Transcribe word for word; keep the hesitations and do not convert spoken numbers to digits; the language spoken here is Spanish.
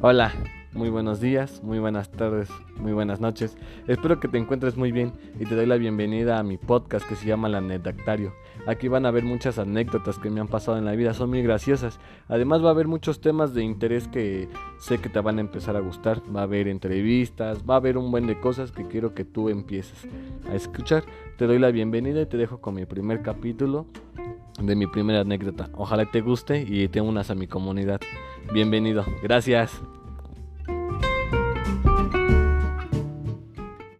Hola, muy buenos días, muy buenas tardes, muy buenas noches. Espero que te encuentres muy bien y te doy la bienvenida a mi podcast que se llama El Anecdactario. Aquí van a haber muchas anécdotas que me han pasado en la vida, son muy graciosas. Además va a haber muchos temas de interés que sé que te van a empezar a gustar. Va a haber entrevistas, va a haber un buen de cosas que quiero que tú empieces a escuchar. Te doy la bienvenida y te dejo con mi primer capítulo de mi primera anécdota. Ojalá te guste y te unas a mi comunidad. Bienvenido, gracias.